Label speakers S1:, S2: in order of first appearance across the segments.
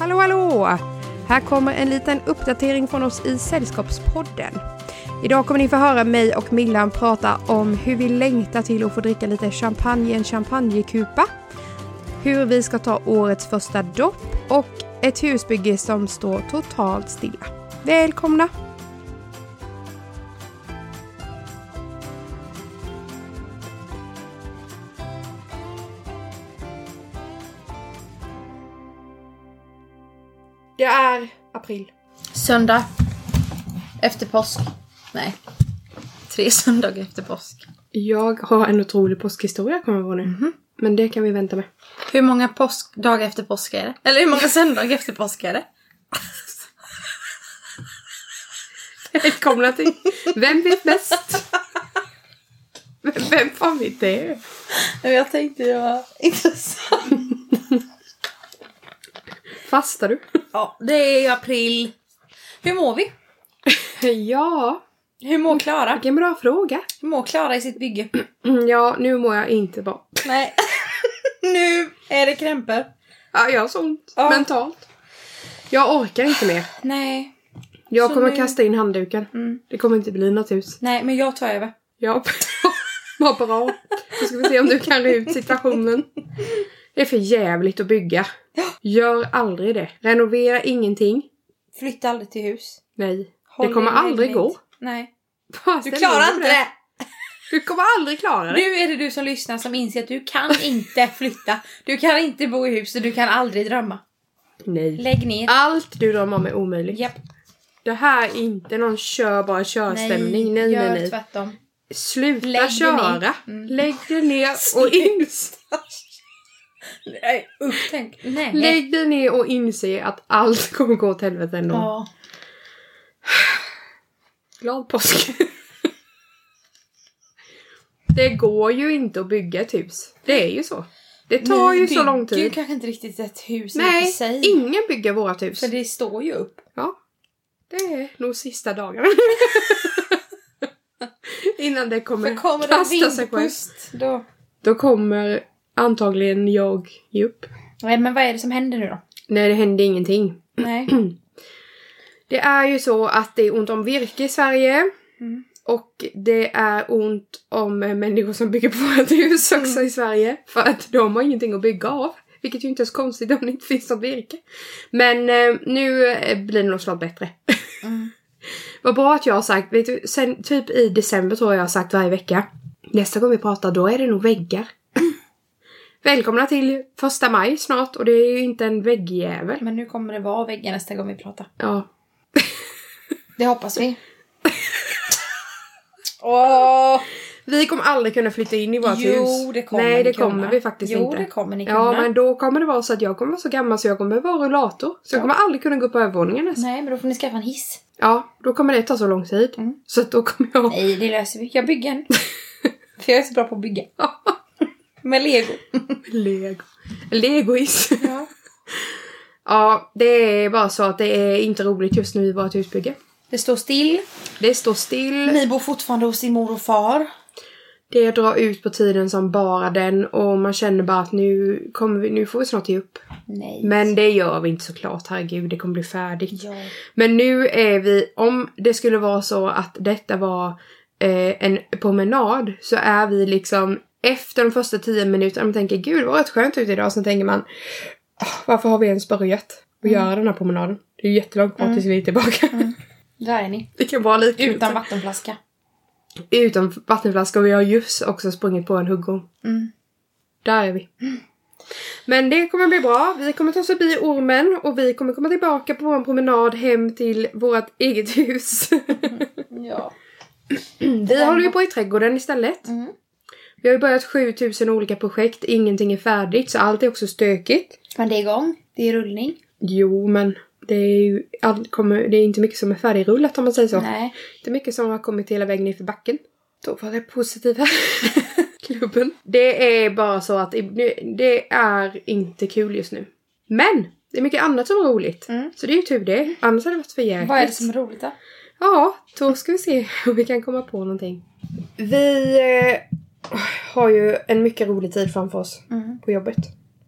S1: Hallå, hallå! Här kommer en liten uppdatering från oss i Sällskapspodden. Idag kommer ni få höra mig och Millan prata om hur vi längtar till att få dricka lite champagne i en champagnekupa. Hur vi ska ta årets första dopp och ett husbygge som står totalt stilla. Välkomna! Det är april.
S2: Söndag. Efter påsk. Nej. 3 söndagar efter påsk.
S1: Jag har en otrolig påskhistoria kommer på nu. Mm-hmm. Men det kan vi vänta med.
S2: Hur många påskdagar efter påsk är det? Eller hur många söndagar efter påsk är det?
S1: Välkomna till Vem vet bäst? Vem fan vet det?
S2: Jag tänkte det var intressant.
S1: Fastar du?
S2: Ja, det är ju april. Hur mår vi?
S1: Ja.
S2: Hur mår Klara?
S1: Vilken bra fråga.
S2: Hur mår Klara i sitt bygge?
S1: Ja, nu mår jag inte bra.
S2: Nej. Nu är det krämpor.
S1: Ja, jag har så ont. Mentalt. Jag orkar inte mer.
S2: Nej.
S1: Jag
S2: så
S1: kommer
S2: nu...
S1: kasta in handduken. Det kommer inte bli något hus.
S2: Nej, men jag tar över.
S1: Ja, vad bra. Så ska vi se om du kan rädda ut situationen. Det är för jävligt att bygga. Gör aldrig det. Renovera ingenting.
S2: Flytta aldrig till hus.
S1: Nej. Det kommer aldrig gå.
S2: Nej.
S1: Du
S2: klarar inte det.
S1: Du kommer aldrig klara det.
S2: Nu är det du som lyssnar som inser att du kan inte flytta. Du kan inte bo i hus och du kan aldrig drömma.
S1: Nej.
S2: Lägg ner.
S1: Allt du drömmer om är omöjligt.
S2: Japp.
S1: Det här är inte någon körstämning. Nej.
S2: Gör tvärtom.
S1: Sluta
S2: Lägg
S1: köra. Lägg det ner och inse.
S2: Nej, upptänk. Nej.
S1: Lägg dig ner och inse att allt kommer gå åt helvete ändå.
S2: Ja.
S1: Glad påsk. Det går ju inte att bygga ett hus. Det är ju så. Det tar ju så lång tid.
S2: Det är kanske inte riktigt ett hus.
S1: Nej, ingen bygger vårat hus.
S2: För det står ju upp.
S1: Ja. Det är nog sista dagen. Innan det kommer kasta sig själv. Då kommer antagligen jag ge upp.
S2: Nej, men vad är det som händer nu då?
S1: Nej, det händer ingenting.
S2: Nej.
S1: Det är ju så att det är ont om virke i Sverige. Och det är ont om människor som bygger på vårt hus också i Sverige. För att de har ingenting att bygga av. Vilket ju inte är så konstigt om det inte finns något virke. Men nu blir det nog snart bättre. Vad bra att jag har sagt, vet du, sen typ i december tror jag har sagt varje vecka. Nästa gång vi pratar, då är det nog väggar. Välkomna till 1 maj snart och det är ju inte en väggjävel.
S2: Men nu kommer det vara väggar nästa gång vi pratar.
S1: Ja.
S2: Det hoppas vi.
S1: Vi kommer aldrig kunna flytta in i vårt hus.
S2: Jo, det kommer
S1: Nej, det kommer vi faktiskt inte.
S2: Jo, det kommer ni kunna.
S1: Ja, men då kommer det vara så att jag kommer vara så gammal så jag kommer vara rullator. Så jag kommer aldrig kunna gå upp på övervåningen nästan.
S2: Nej, men då får ni skaffa en hiss.
S1: Ja, då kommer det ta så lång tid. Så att då kommer jag...
S2: Nej, det löser vi. Jag bygger en. För jag är så bra på att bygga. Med Lego.
S1: Legois.
S2: Ja.
S1: Ja, det är bara så att det är inte roligt just nu i vårt husbygge.
S2: Det står still.
S1: Det står still.
S2: Ni bor fortfarande hos sin mor och far.
S1: Det drar ut på tiden som bara den. Och man känner bara att nu får vi snart ge upp.
S2: Nej.
S1: Men det gör vi inte såklart. Herregud, det kommer bli färdigt.
S2: Ja.
S1: Men nu är vi, om det skulle vara så att detta var en promenad. Så är vi liksom efter de första 10 minuterna. Man tänker, gud vad rätt skönt ut idag. Så tänker man, varför har vi ens börjat att göra den här promenaden? Det är jättelångt kvar tills vi är tillbaka.
S2: Där är ni.
S1: Det kan vara lite
S2: utan vattenflaska.
S1: Utan vattenflaska och vi har just också sprungit på en huggorm. Där är vi. Men det kommer bli bra. Vi kommer ta oss förbi ormen och vi kommer komma tillbaka på en promenad hem till vårt eget hus.
S2: Ja.
S1: Vi håller ju på i trädgården istället. Vi har ju börjat 7000 olika projekt. Ingenting är färdigt så allt är också stökigt.
S2: Men det är igång. Det är rullning.
S1: Jo, men det är ju det är inte mycket som är färdigrullat om man säger så.
S2: Nej.
S1: Det är mycket som har kommit hela vägen ner för backen. Då var det positiva klubben. Det är bara så att det är inte kul just nu. Men det är mycket annat som är roligt. Så det är ju tur det. Annars hade det varit för jäkligt.
S2: Vad är det som är roligt då?
S1: Ja, då ska vi se om vi kan komma på någonting. Vi har ju en mycket rolig tid framför oss på jobbet.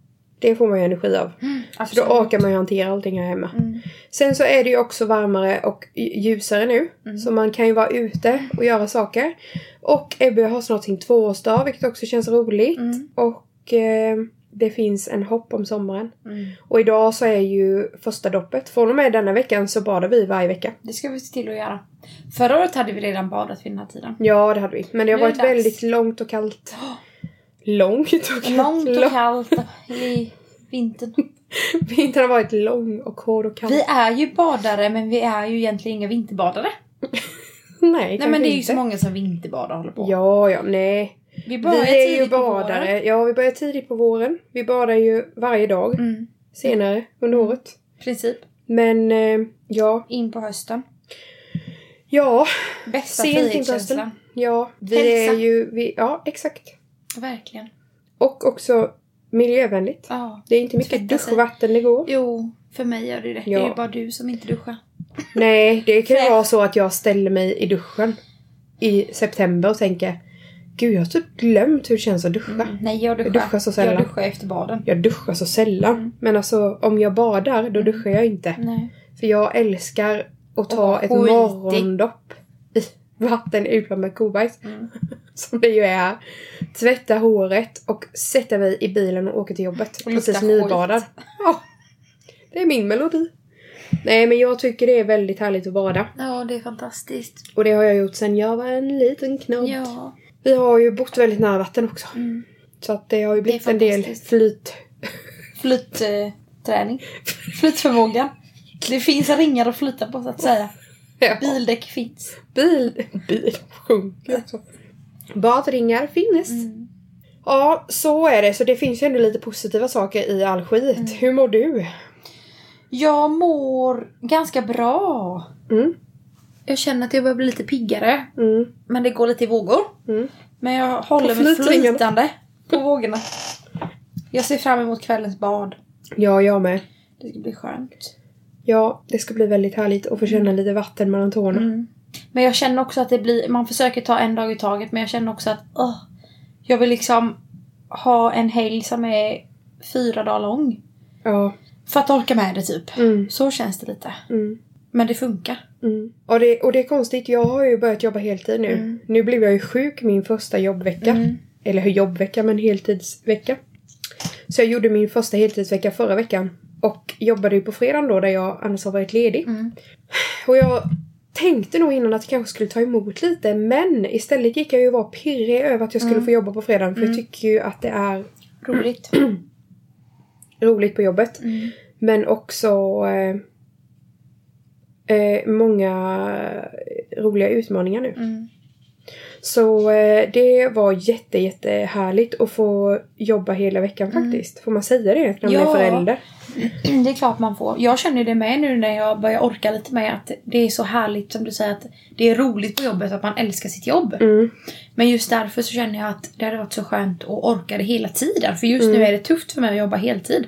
S1: Det får man ju energi av. Så då orkar man ju hantera allting här hemma. Sen så är det ju också varmare och ljusare nu. Så man kan ju vara ute och göra saker. Och Ebbe har snart sin 2-årsdag, vilket också känns roligt. Och det finns en hopp om sommaren. Och idag så är ju första doppet. Från och med denna veckan så badar vi varje vecka.
S2: Det ska vi se till att göra. Förra året hade vi redan badat vid den här tiden.
S1: Ja, det hade vi. Men det har varit väldigt långt och kallt. Långt och kallt
S2: i vintern.
S1: Vintern har varit lång och hård och kall.
S2: Vi är ju badare, men vi är ju egentligen inga vinterbadare.
S1: Nej,
S2: men det är ju så många som vinterbadar håller på.
S1: Ja, nej. Vi är ju badare. Ja, vi börjar tidigt på våren. Vi badar ju varje dag. Senare under året.
S2: Princip.
S1: Men, ja.
S2: In på hösten.
S1: Ja.
S2: Bästa frihetskänslan.
S1: Ja, vi är ju... ja, exakt.
S2: Verkligen.
S1: Och också miljövänligt.
S2: Ja.
S1: Det är inte mycket duschvatten det går.
S2: Jo, för mig är det det.
S1: Ja.
S2: Det är ju bara du som inte duschar.
S1: Nej, det kan ju vara så att jag ställer mig i duschen i september och tänker, gud, jag har typ glömt hur det känns att duscha.
S2: Nej, jag
S1: duschar så sällan.
S2: Jag duschar efter baden.
S1: Jag duschar så sällan. Men alltså, om jag badar, då duschar jag inte.
S2: Nej.
S1: För jag älskar att ta ett morgondopp i vatten utan med kobajs. Som det ju är. Tvätta håret och sätta mig i bilen och åka till jobbet. Precis nybadad. Ja, det är min melodi. Nej, men jag tycker det är väldigt härligt att bada.
S2: Ja, det är fantastiskt.
S1: Och det har jag gjort sedan jag var en liten knodd.
S2: Ja.
S1: Vi har ju bott väldigt nära vatten också. Så att det har ju blivit en del
S2: flytträning. Flytförmåga. Det finns ringar att flytta på så att säga.
S1: Ja.
S2: Bildäck finns.
S1: Bil sjunker också. Badringar finns. Ja, så är det. Så det finns ju ändå lite positiva saker i all skit. Hur mår du?
S2: Jag mår ganska bra. Jag känner att jag börjar bli lite piggare. Men det går lite i vågor. Men jag håller mig flytande på vågorna. Jag ser fram emot kvällens bad.
S1: Ja, jag med.
S2: Det ska bli skönt.
S1: Ja, det ska bli väldigt härligt att få känna lite vatten mellan tårna.
S2: Men jag känner också att det blir... Man försöker ta en dag i taget. Men jag känner också att... jag vill liksom ha en helg som är 4 dagar lång. Ja. För att orka med det typ. Så känns det lite. Men det funkar. Och det är konstigt. Jag har ju börjat jobba heltid nu. Nu blev jag ju sjuk min första jobbvecka. Eller hur jobbvecka, men heltidsvecka. Så jag gjorde min första heltidsvecka förra veckan. Och jobbade ju på fredagen då, där jag annars har varit ledig. Och jag tänkte nog innan att jag kanske skulle ta emot lite. Men istället gick jag ju vara pirrig över att jag skulle få jobba på fredagen. För jag tycker ju att det är roligt. Roligt på jobbet. Men också många roliga utmaningar nu. Så det var jätte härligt att få jobba hela veckan faktiskt. Får man säga det när man är förälder? Det är klart man får. Jag känner det med nu när jag börjar orka lite med att det är så härligt som du säger att det är roligt på jobbet att man älskar sitt jobb. Men just därför så känner jag att det hade varit så skönt att orka det hela tiden. För just nu är det tufft för mig att jobba heltid.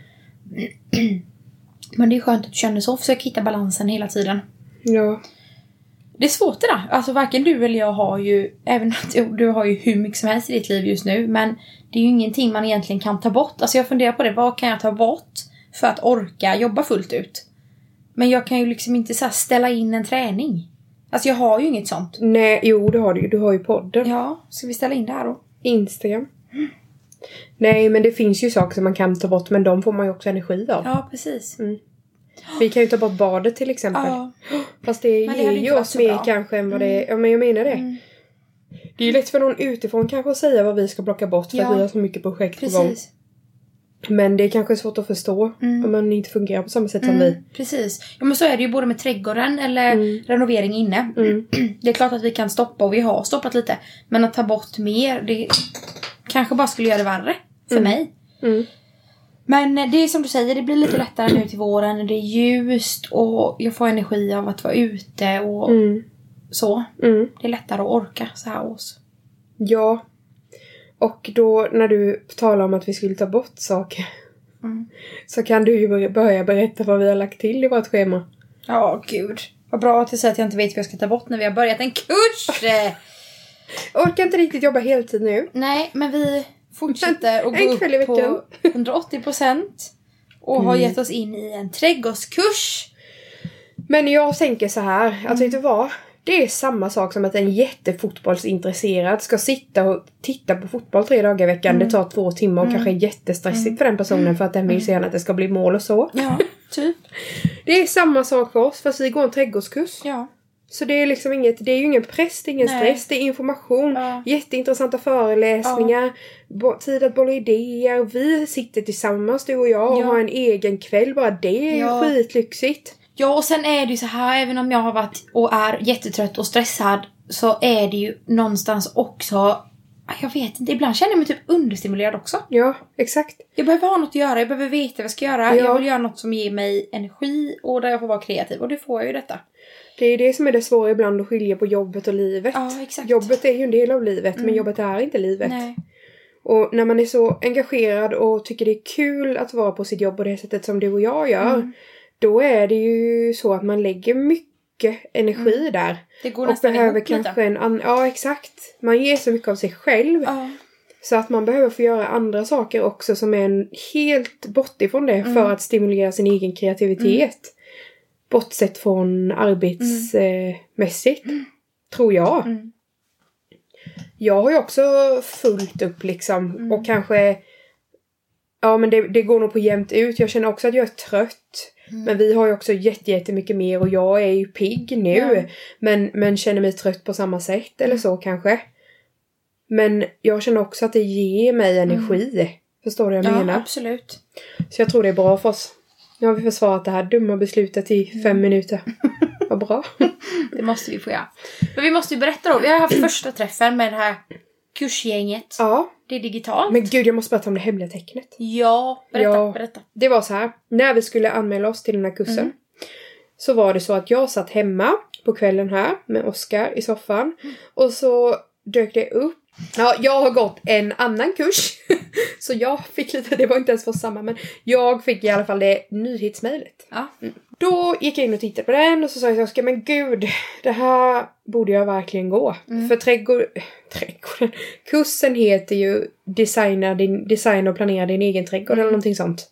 S2: Men det är skönt att du känner så. Försök hitta balansen hela tiden. Ja. Det är svårt det där. Alltså varken du eller jag har ju... Även att du har ju hur mycket som helst i ditt liv just nu. Men det är ju ingenting man egentligen kan ta bort. Alltså jag funderar på det. Vad kan jag ta bort för att orka jobba fullt ut? Men jag kan ju liksom inte så här ställa in en träning. Alltså jag har ju inget sånt.
S1: Nej, jo det har du ju. Du har ju podden.
S2: Ja, ska vi ställa in det här då?
S1: Instagram. Nej, men det finns ju saker som man kan ta bort. Men de får man ju också energi av.
S2: Ja, precis.
S1: Vi kan ju ta bort badet till exempel. Ja. Fast det ger ju oss mer kanske än vad det är. Ja, men jag menar det. Det är ju lätt för någon utifrån kanske att säga vad vi ska plocka bort. För att vi har så mycket projekt på gång. Men det är kanske svårt att förstå. Om man inte fungerar på samma sätt som vi.
S2: Precis. Ja, men så är det ju både med trädgården eller renovering inne. Det är klart att vi kan stoppa och vi har stoppat lite. Men att ta bort mer, det kanske bara skulle göra det värre för mig. Men det är som du säger, det blir lite lättare nu till våren. Det är ljust och jag får energi av att vara ute och så. Det är lättare att orka så här års.
S1: Ja. Och då när du talar om att vi skulle ta bort saker. Så kan du ju börja berätta vad vi har lagt till i vårt schema.
S2: Ja, gud. Vad bra att du säger att jag inte vet vad jag ska ta bort när vi har börjat en kurs.
S1: Jag orkar inte riktigt jobba heltid nu.
S2: Nej, men fortsätter att gå upp på 180% och har gett oss in i en trädgårdskurs.
S1: Men jag tänker så här, alltså vet du vad? Det är samma sak som att en jättefotbollsintresserad ska sitta och titta på fotboll 3 dagar i veckan. Det tar 2 timmar och kanske är jättestressigt för den personen för att den vill så gärna att det ska bli mål och så.
S2: Ja, typ.
S1: Det är samma sak för oss fast vi går en trädgårdskurs.
S2: Ja.
S1: Så det är liksom inget, det är ju ingen press, det är ingen stress, det är information, jätteintressanta föreläsningar, tid att bolla idéer. Vi sitter tillsammans, du och jag, och har en egen kväll, bara det är skitlyxigt.
S2: Ja, och sen är det ju så här, även om jag har varit och är jättetrött och stressad, så är det ju någonstans också, jag vet inte, ibland känner jag mig typ understimulerad också.
S1: Ja, exakt.
S2: Jag behöver ha något att göra, jag behöver veta vad jag ska göra. Jag vill göra något som ger mig energi och där jag får vara kreativ, och det får jag ju detta.
S1: Det är det som är det svåra ibland att skilja på jobbet och livet.
S2: Ja, exakt.
S1: Jobbet är ju en del av livet, men jobbet är inte livet.
S2: Nej.
S1: Och när man är så engagerad och tycker det är kul att vara på sitt jobb på det sättet som du och jag gör, då är det ju så att man lägger mycket energi där.
S2: Det går
S1: och
S2: nästan
S1: behöver
S2: ihop
S1: kanske lite. Ja, exakt. Man ger så mycket av sig själv. Så att man behöver få göra andra saker också som är helt bort ifrån det för att stimulera sin egen kreativitet. Bortsett från arbetsmässigt. Tror jag. Jag har ju också fullt upp liksom. Och kanske... Ja, men det går nog på jämnt ut. Jag känner också att jag är trött. Men vi har ju också jättemycket mer. Och jag är ju pigg nu. Men känner mig trött på samma sätt. Eller så kanske. Men jag känner också att det ger mig energi. Förstår du vad jag menar?
S2: Ja, absolut.
S1: Så jag tror det är bra för oss. Nu har vi försvarat det här dumma beslutet i 5 minuter. Vad bra.
S2: Det måste vi få göra. Men vi måste ju berätta då. Vi har haft första träffen med det här kursgänget.
S1: Ja.
S2: Det är digitalt.
S1: Men gud, jag måste berätta om det hemliga tecknet.
S2: Ja, berätta.
S1: Det var så här. När vi skulle anmäla oss till den här kursen. Så var det så att jag satt hemma på kvällen här med Oskar i soffan. Och så dök det upp. Ja, jag har gått en annan kurs. Så jag fick lite, det var inte ens för samma, men jag fick i alla fall det nyhetsmejlet.
S2: Ja.
S1: Då gick jag in och tittade på den och så sa jag så, men gud, det här borde jag verkligen gå. För trädgården, kursen heter ju designa och planera din egen trädgård eller någonting sånt.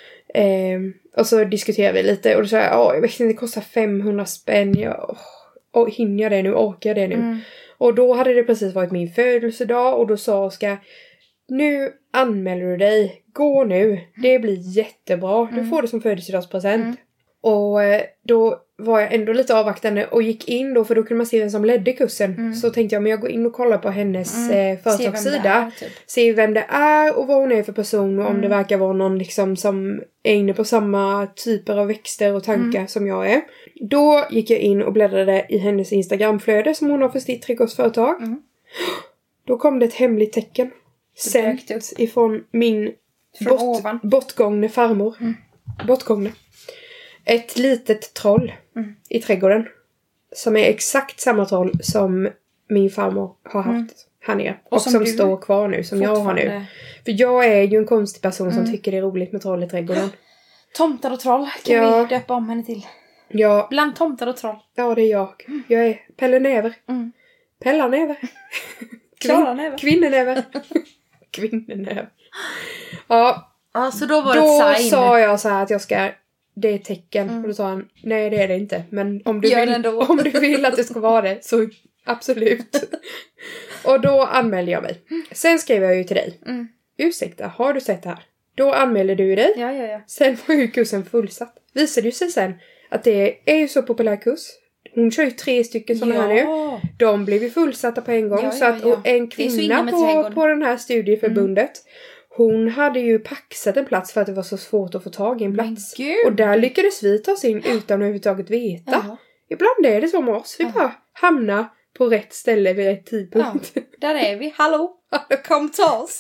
S1: Och så diskuterade vi lite och då sa jag vet inte, det kostar 500 spänn. Hinner jag det nu? Orkar jag det nu? Och då hade det precis varit min födelsedag och då sa Oskar, nu anmäler du dig. Gå nu. Det blir jättebra. Du får det som födelsedagspresent. Och då var jag ändå lite avvaktande och gick in då, för då kunde man se vem som ledde kursen. Så tänkte jag, men jag går in och kollar på hennes företagssida. Se vem det är och vad hon är för person och om det verkar vara någon liksom som är inne på samma typer av växter och tankar som jag är. Då gick jag in och bläddrade i hennes Instagramflöde som hon har för sitt trädgårdsföretag. Då kom det ett hemligt tecken. Sänt ifrån min bortgångne farmor. Bortgångne. Ett litet troll i trädgården. Som är exakt samma troll som min farmor har haft här nere. Och som står kvar nu, som jag har nu. För jag är ju en konstig person som tycker det är roligt med troll i trädgården.
S2: Tomtar och troll kan vi döpa om henne till.
S1: Ja.
S2: Bland tomtar och troll.
S1: Ja, det är jag. Jag är Pellenäver. Pellanäver. Kvinnenäver. Kvinnenäver. Ja.
S2: Så då var det ett sign.
S1: Då sa jag så här att jag ska... Det är ett tecken. Och då sa han, nej det är det inte. Men om du vill att det ska vara det, så absolut. Och då anmälde jag mig. Sen skrev jag ju till dig. Ursäkta, har du sett det här? Då anmälde du dig.
S2: Ja.
S1: Sen var ju kursen fullsatt. Visade ju sig sen att det är ju så populär kurs. Hon kör ju 3 stycken sådana här nu. De blev ju fullsatta på en gång. Så att en kvinna på den här studieförbundet... Hon hade ju paxat en plats för att det var så svårt att få tag i en plats. Och där lyckades vi ta oss in utan att överhuvudtaget veta. Ibland är det så med oss. Vi bara hamnar på rätt ställe vid rätt tidpunkt.
S2: Där är vi. Hallå, kom ta oss.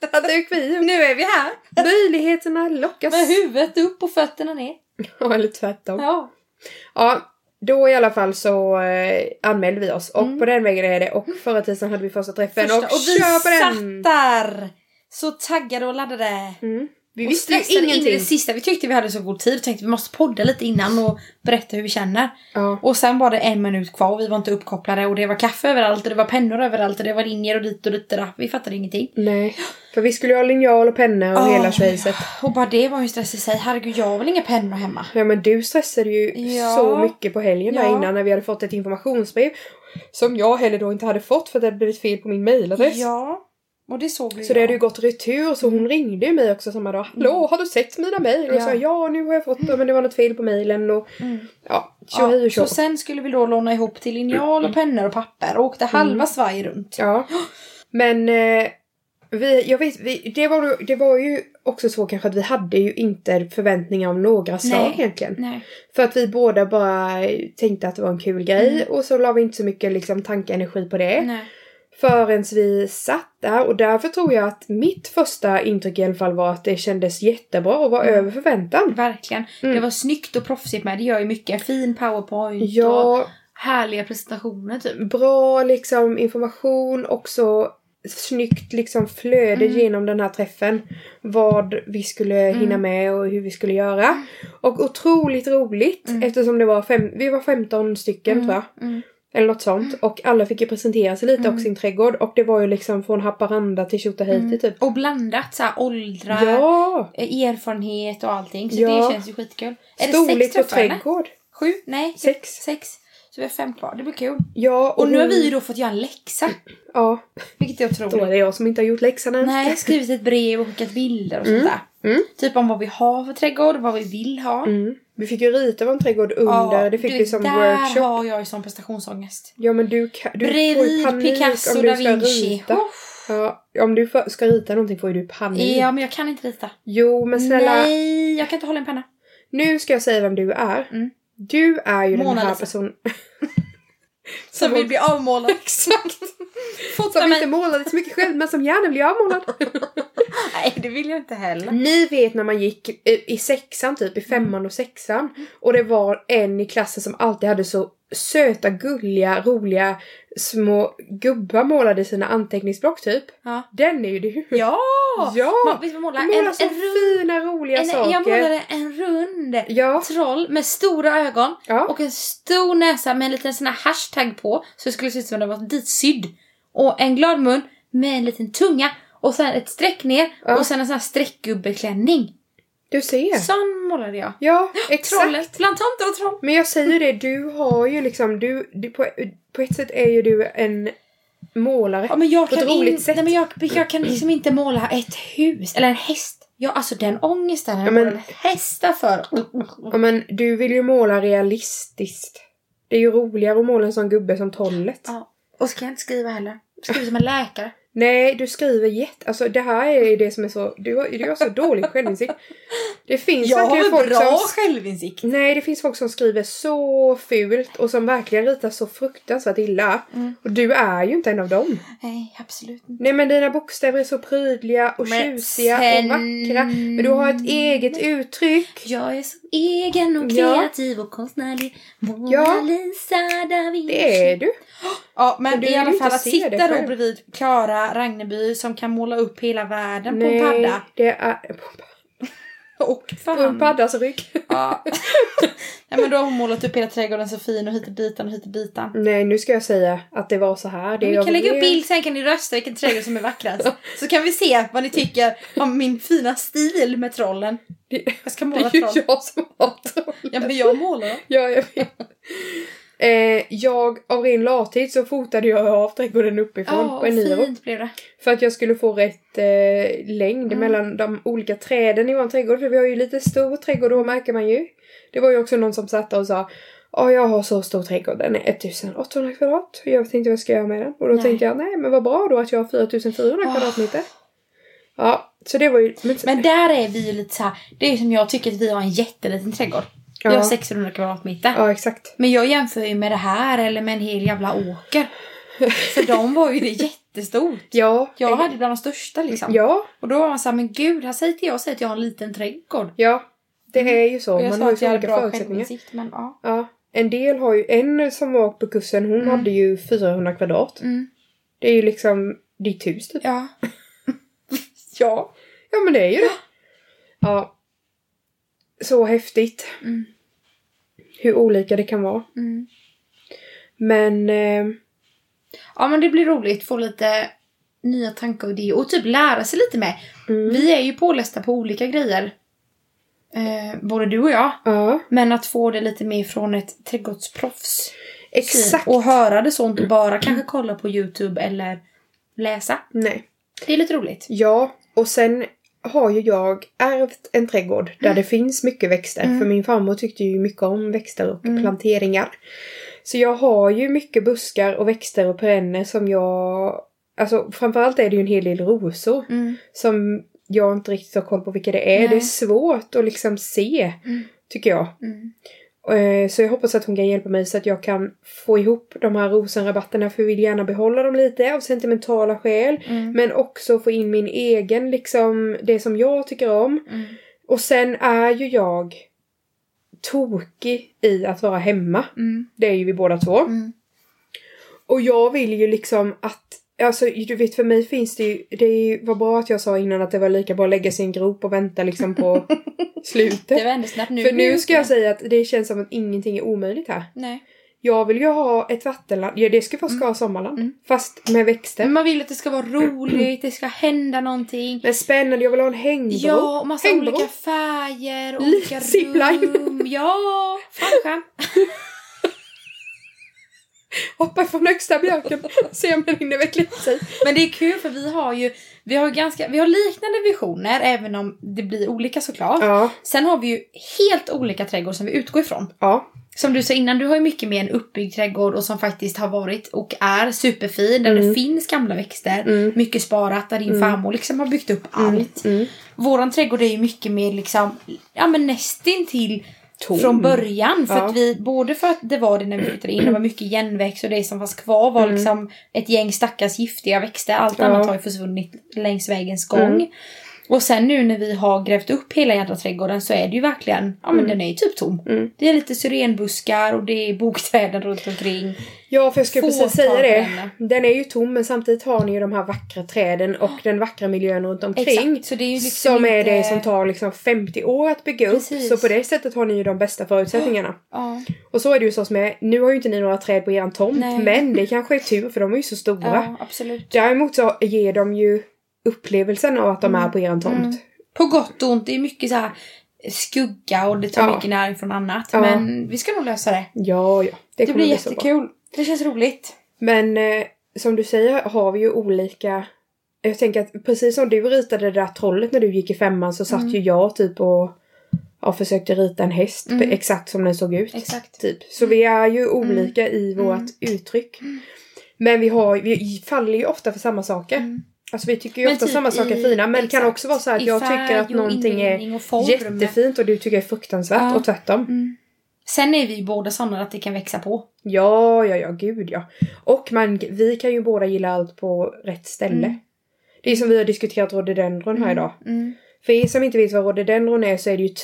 S2: Nu är vi här.
S1: Möjligheterna lockas.
S2: Med huvudet upp och fötterna ner.
S1: Ja, eller tvärtom. Ja, då i alla fall så anmälde vi oss. Och på den vägen är det. Och förra tiden hade vi första träffen. Och
S2: vi satt där. Så taggade och laddade.
S1: Vi visste ju ingenting.
S2: In i det sista. Vi tyckte vi hade så god tid. Vi tänkte vi måste podda lite innan och berätta hur vi känner. Ja. Och sen var det 1 minut kvar och vi var inte uppkopplade. Och det var kaffe överallt och det var pennor överallt. Och det var linjer och dit och dit och där. Vi fattade ingenting.
S1: Nej, för vi skulle ju ha linjal och penna och hela svejset.
S2: Och bara det var ju stress i sig. Herregud, jag har väl inga pennor hemma.
S1: Ja, men du stressade ju så mycket på helgen där innan när vi hade fått ett informationsbrev. Som jag heller då inte hade fått för att det hade blivit fel på min mailadress.
S2: Ja. Och det såg
S1: så det hade ju gått retur. Så hon ringde ju mig också samma dag. Hallå, har du sett mina mejl? Och sa nu har jag fått dem. Men det var något fel på mejlen. Och
S2: så sen skulle vi då låna ihop till linjal och pennor och papper. Och åkte halva Sverige runt.
S1: Ja. Men det var ju också så kanske att vi hade ju inte förväntningar om några slag egentligen.
S2: Nej.
S1: För att vi båda bara tänkte att det var en kul grej. Och så la vi inte så mycket liksom tankenergi på det.
S2: Nej.
S1: Förrän vi satt där. Och därför tror jag att mitt första intryck i alla fall var att det kändes jättebra och var över förväntan.
S2: Verkligen. Det var snyggt och proffsigt med. Det gör ju mycket. Fin PowerPoint och härliga presentationer typ.
S1: Bra liksom information. Också snyggt liksom flöde genom den här träffen. Vad vi skulle hinna med och hur vi skulle göra. Och otroligt roligt. Eftersom det var vi var 15 stycken tror jag. Eller något sånt. Och alla fick ju presentera sig lite och sin trädgård. Och det var ju liksom från Haparanda till Tjotahejti typ.
S2: Och blandat så här åldrar, erfarenhet och allting. Så det känns ju skitkul.
S1: Storlek på trädgård.
S2: 7? Nej,
S1: 6.
S2: Så vi har 5 kvar. Det blir kul.
S1: Ja,
S2: och nu har vi ju då fått göra en läxa.
S1: Ja.
S2: Vilket jag tror.
S1: Då är det jag som inte har gjort läxan än.
S2: Nej, skrivit ett brev och skickat bilder och sånt där. Typ om vad vi har för trädgård, vad vi vill ha.
S1: Vi fick ju rita vår trädgård under. Det fick vi som workshop.
S2: Där har jag ju som prestationsångest.
S1: Ja, men du får ju panik
S2: Picasso,
S1: om du
S2: Da
S1: ska
S2: Vinci.
S1: rita. Ja, om du ska rita någonting får ju du panik.
S2: Ja, men jag kan inte rita.
S1: Jo, men snälla.
S2: Nej, jag kan inte hålla en penna.
S1: Nu ska jag säga vem du är. Du är ju den här personen.
S2: Som vill bli avmålad.
S1: Exakt. Som inte målade så mycket själv, men som gärna blir avmålad.
S2: Nej, det vill jag inte heller.
S1: Ni vet när man gick i 6:an typ, i 5:an och 6:an. Och det var en i klassen som alltid hade så söta, gulliga, roliga små gubbar målade sina anteckningsblock typ.
S2: Ja.
S1: Den är ju du.
S2: Ja!
S1: Vi målade så fina, roliga saker.
S2: Jag målade en rund troll med stora ögon och en stor näsa med en liten sån här hashtag på. Så det skulle se ut som att den var ditsydd. Och en glad mun med en liten tunga. Och sen ett streck ner. Och sen en sån här streckgubbeklänning.
S1: Du ser.
S2: Sån målade jag.
S1: Ja, exakt.
S2: Trollet. Bland tomter och troll.
S1: Men jag säger det, du har ju liksom... Du på ett sätt är ju du en målare.
S2: Ja, men jag
S1: på ett roligt sätt.
S2: Nej, men jag kan liksom inte måla ett hus. Eller en häst. Ja, alltså den ångesten. Jag målar hästar för.
S1: Ja, men du vill ju måla realistiskt. Det är ju roligare att måla en sån gubbe som trollet.
S2: Ja. Och ska jag inte skriva heller. Skriva som en läkare.
S1: Nej, du skriver alltså det här är det som är så... Du har så dålig självinsikt. Det finns verkligen folk
S2: bra självinsikt.
S1: Nej, det finns folk som skriver så fult och som verkligen ritar så fruktansvärt illa. Och du är ju inte en av dem.
S2: Nej, absolut inte.
S1: Nej, men dina bokstäver är så prydliga och tjusiga och vackra. Men du har ett eget uttryck.
S2: Jag är så egen och kreativ och konstnärlig. Mona Lisa da Vinci.
S1: Det är du.
S2: Ja, men i alla fall att sitta då bredvid Klara Ragneby som kan måla upp hela världen på en padda.
S1: Det är...
S2: Och
S1: på en paddas rygg.
S2: Ja. Nej, men då har hon målat upp hela trädgården så fin och hit i bitan.
S1: Nej, nu ska jag säga att det var så här.
S2: Vi kan lägga upp bild, sen kan ni rösta vilken trädgård som är vackrast. Så kan vi se vad ni tycker om min fina stil med trollen. Jag ska måla troll.
S1: Det är ju jag som har trollen.
S2: Ja, men jag målar.
S1: Ja, jag vet. Av ren latid så fotade jag av trädgården uppifrån på en Niro.
S2: Fint blev det.
S1: För att jag skulle få rätt längd mellan de olika träden i vår trädgård. För vi har ju lite stor trädgård, då märker man ju. Det var ju också någon som satt och sa: jag har så stor trädgård, den är 1800 kvadrat. Jag vet inte vad jag ska göra med den. Och då tänkte jag, nej men vad bra då att jag har 4400 kvadratmeter. Ja, så det var ju...
S2: Men där är vi ju lite så här, det är som jag tycker att vi har en jätteliten trädgård. Jag har 600 kvadratmeter.
S1: Ja, exakt.
S2: Men jag jämför ju med det här eller med en hel jävla åker. För de var ju det jättestort.
S1: Ja.
S2: Jag hade bland de största liksom.
S1: Ja.
S2: Och då var man så här, men gud, här säger att jag har en liten trädgård.
S1: Ja, det är ju så.
S2: Och jag
S1: man
S2: sa
S1: har ju
S2: att jag hade
S1: olika
S2: bra
S1: förutsättningar.
S2: men
S1: Ja. En del har ju, en som var på kursen, hon hade ju 400 kvadrat. Det är ju liksom ditt hus typ.
S2: Ja.
S1: Ja, men det är ju det. Ja. Så häftigt. Hur olika det kan vara. Men...
S2: Ja, men det blir roligt. Få lite nya tankar och idéer. Och typ lära sig lite med. Vi är ju pålästa på olika grejer. Både du och jag.
S1: Ja.
S2: Men att få det lite mer från ett trädgårdsproffs.
S1: Exakt.
S2: Och höra det sånt och bara kanske kolla på YouTube eller läsa.
S1: Nej.
S2: Det är lite roligt.
S1: Ja, och sen har ju jag ärvt en trädgård där det finns mycket växter. För min farmor tyckte ju mycket om växter och planteringar. Så jag har ju mycket buskar och växter och perenner som jag... Alltså framförallt är det ju en hel del rosor som jag inte riktigt har koll på vilka det är. Nej. Det är svårt att liksom se, tycker jag. Så jag hoppas att hon kan hjälpa mig så att jag kan få ihop de här rosenrabatterna. För jag vill gärna behålla dem lite av sentimentala skäl. Men också få in min egen, liksom det som jag tycker om. Och sen är ju jag tokig i att vara hemma. Det är ju vi båda två. Och jag vill ju liksom att... Alltså du vet, för mig finns det ju... Det var bra att jag sa innan att det var lika bra att lägga sig i en grop och vänta liksom på slutet.
S2: Det var ändå snabbt nu.
S1: För nu ska jag säga att det känns som att ingenting är omöjligt här.
S2: Nej.
S1: Jag vill ju ha ett vattenland. Ja, det ska vara sommarland. Fast med växter.
S2: Men man vill att det ska vara roligt. Det ska hända någonting.
S1: Men spännande. Jag vill ha en hängbro.
S2: Ja, och massa olika färger. Olika rum. Ja, fallskärm.
S1: Hoppa från högsta björken. Se om den hinner veckla sig.
S2: Men det är kul för vi har liknande visioner. Även om det blir olika såklart.
S1: Ja.
S2: Sen har vi ju helt olika trädgård som vi utgår ifrån.
S1: Ja.
S2: Som du sa innan, du har ju mycket mer en uppbyggd trädgård och som faktiskt har varit och är superfin. Där det finns gamla växter, mycket sparat, där din farmor liksom har byggt upp allt. Våran trädgård är ju mycket mer liksom, ja men nästintill från början. För att både för att det var det när vi flyttade in, det var mycket igenväxt och det som fanns kvar var liksom ett gäng stackars giftiga växter. Allt annat har ju försvunnit längs vägens gång. Och sen nu när vi har grävt upp hela jävla trädgården så är det ju verkligen, ja men den är ju typ tom. Det är lite syrenbuskar och det är bokträden runt omkring.
S1: Ja, för jag skulle precis säga det. Den är ju tom, men samtidigt har ni ju de här vackra träden och den vackra miljön runt omkring.
S2: Exakt, så det är ju liksom
S1: som är det som tar liksom 50 år att bygga upp. Så på det sättet har ni ju de bästa förutsättningarna. Och så är det ju så med, nu har ju inte ni några träd på er tomt. Nej. Men det kanske är tur för de är ju så stora.
S2: Ja, absolut.
S1: Däremot så ger de ju upplevelsen av att de är på er tomt.
S2: På gott och ont, det är mycket så här skugga och det tar mycket näring från annat. Men vi ska nog lösa det.
S1: Ja.
S2: Det blir jättekul. Det känns roligt.
S1: Men som du säger har vi ju olika... Jag tänker att precis som du ritade det där trollet när du gick i 5:an så satt ju jag typ och försökte rita en häst exakt som den såg ut.
S2: Exakt.
S1: Typ. Så vi är ju olika i vårt uttryck. Men vi faller ju ofta för samma saker. Alltså vi tycker ju ofta typ samma saker är fina. Men det kan också vara så att jag tycker att någonting är jättefint och du tycker är fruktansvärt och tvärtom.
S2: Sen är vi ju båda sådana att det kan växa på.
S1: Ja, gud ja. Och vi kan ju båda gilla allt på rätt ställe. Det är som vi har diskuterat rhododendron här idag. För er som inte vet vad rhododendron är så är det ju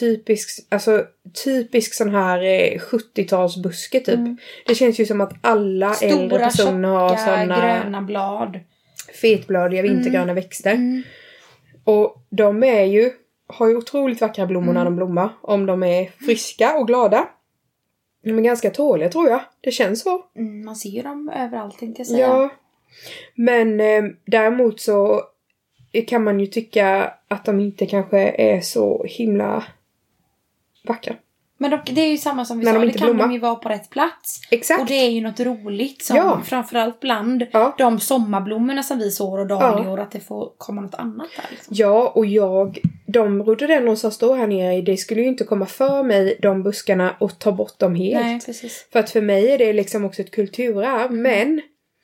S1: typisk sån här 70-talsbuske typ. Det känns ju som att alla
S2: stora,
S1: äldre personer har såna
S2: gröna blad.
S1: Fetbladiga vintergröna växter. Och de har ju otroligt vackra blommor när de blommar. Om de är friska och glada. De är ganska tåliga tror jag. Det känns så.
S2: Man ser ju dem överallt tänkte jag säga.
S1: Ja. Men däremot så kan man ju tycka att de inte kanske är så himla vackra.
S2: Men det är ju samma som vi sa. Det kan de ju vara på rätt plats.
S1: Exakt.
S2: Och det är ju något roligt som framförallt bland de sommarblommorna som vi sår och dahlior att det får komma något annat där. Liksom.
S1: Ja, och de rhododendron som står här nere, det skulle ju inte komma för mig de buskarna och ta bort dem helt.
S2: Nej, precis.
S1: För att för mig är det liksom också ett kulturarv. Men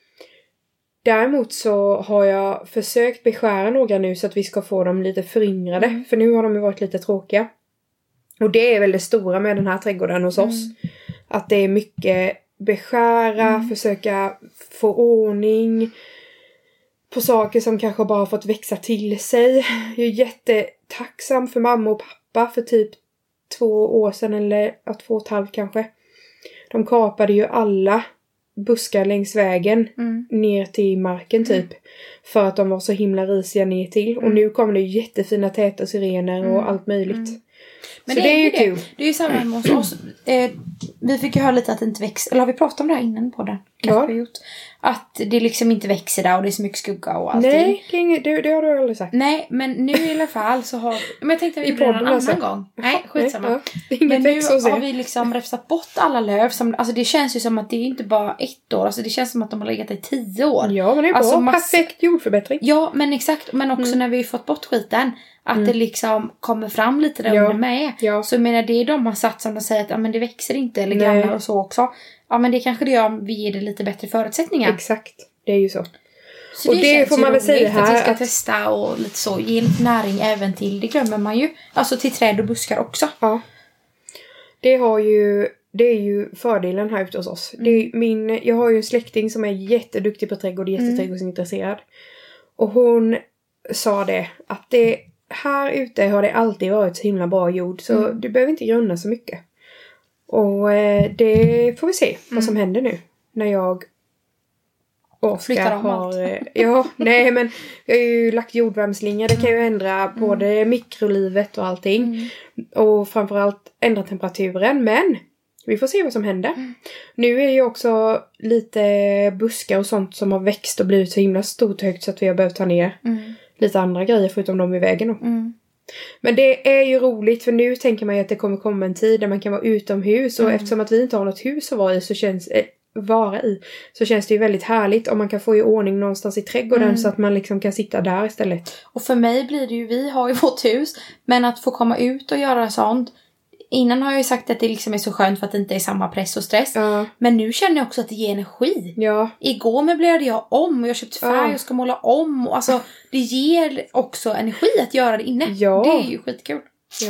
S1: däremot så har jag försökt beskära några nu så att vi ska få dem lite föryngrade. För nu har de ju varit lite tråkiga. Och det är väl det stora med den här trädgården hos oss. Att det är mycket beskära, försöka få ordning på saker som kanske bara har fått växa till sig. Jag är jättetacksam för mamma och pappa för typ 2 år sedan eller 2,5 kanske. De kapade ju alla buskar längs vägen ner till marken typ. För att de var så himla risiga ner till. Och nu kommer det jättefina täta syrener och allt möjligt.
S2: Men
S1: så det är ju kul.
S2: Det är ju samma med oss. Vi fick ju höra lite att det inte växer. Eller har vi pratat om det här innan på den?
S1: Ja.
S2: Att det liksom inte växer där och det är så mycket skugga och allting.
S1: Nej, det har du aldrig sagt.
S2: Nej, men nu i alla fall så har... Men jag tänkte att vi gjorde det en annan gång. Nej, skitsamma.
S1: Ja.
S2: Men nu har vi liksom räfsat bort alla löv. Alltså det känns ju som att det är inte bara 1 år. Alltså det känns som att de har legat i 10 år.
S1: Ja, men det är
S2: alltså
S1: bra. Perfekt jordförbättring.
S2: Ja, men exakt. Men också när vi har fått bort skiten. Att det liksom kommer fram lite där under med. Ja. Så jag menar, det är de har satt som de säger att men det växer inte. Eller grannar och så också. Ja, men det kanske det gör om vi ger det lite bättre förutsättningar.
S1: Exakt, det är ju så.
S2: Så
S1: och det får man väl säga här.
S2: Att vi ska testa och lite så. Ge lite näring även till. Det glömmer man ju. Alltså till träd och buskar också.
S1: Ja. Det är ju fördelen här ute hos oss. Jag har ju en släkting som är jätteduktig på trädgård. Jätteträdgårdsintresserad. Och hon sa det. Att det här ute har det alltid varit så himla bra jord. Så du behöver inte grunna så mycket. Och det får vi se vad som händer nu. När jag
S2: Flyttar om allt.
S1: Ja, nej men jag har ju lagt jordvärmslingar. Det kan ju ändra både mikrolivet och allting. Och framförallt ändra temperaturen. Men vi får se vad som händer. Nu är det ju också lite buskar och sånt som har växt och blivit så himla stort högt så att vi har behövt ta ner lite andra grejer förutom de i vägen. Men det är ju roligt för nu tänker man ju att det kommer komma en tid där man kan vara utomhus. Och eftersom att vi inte har något hus att vara i så känns det ju väldigt härligt om man kan få i ordning någonstans i trädgården så att man liksom kan sitta där istället.
S2: Och för mig blir det ju, vi har ju vårt hus, men att få komma ut och göra sånt. Innan har jag ju sagt att det liksom är så skönt för att det inte är samma press och stress. Men nu känner jag också att det ger energi. Igår möblerade jag om och jag köpte färg och ska måla om. Och alltså, det ger också energi att göra det inne. Det är ju skitkul.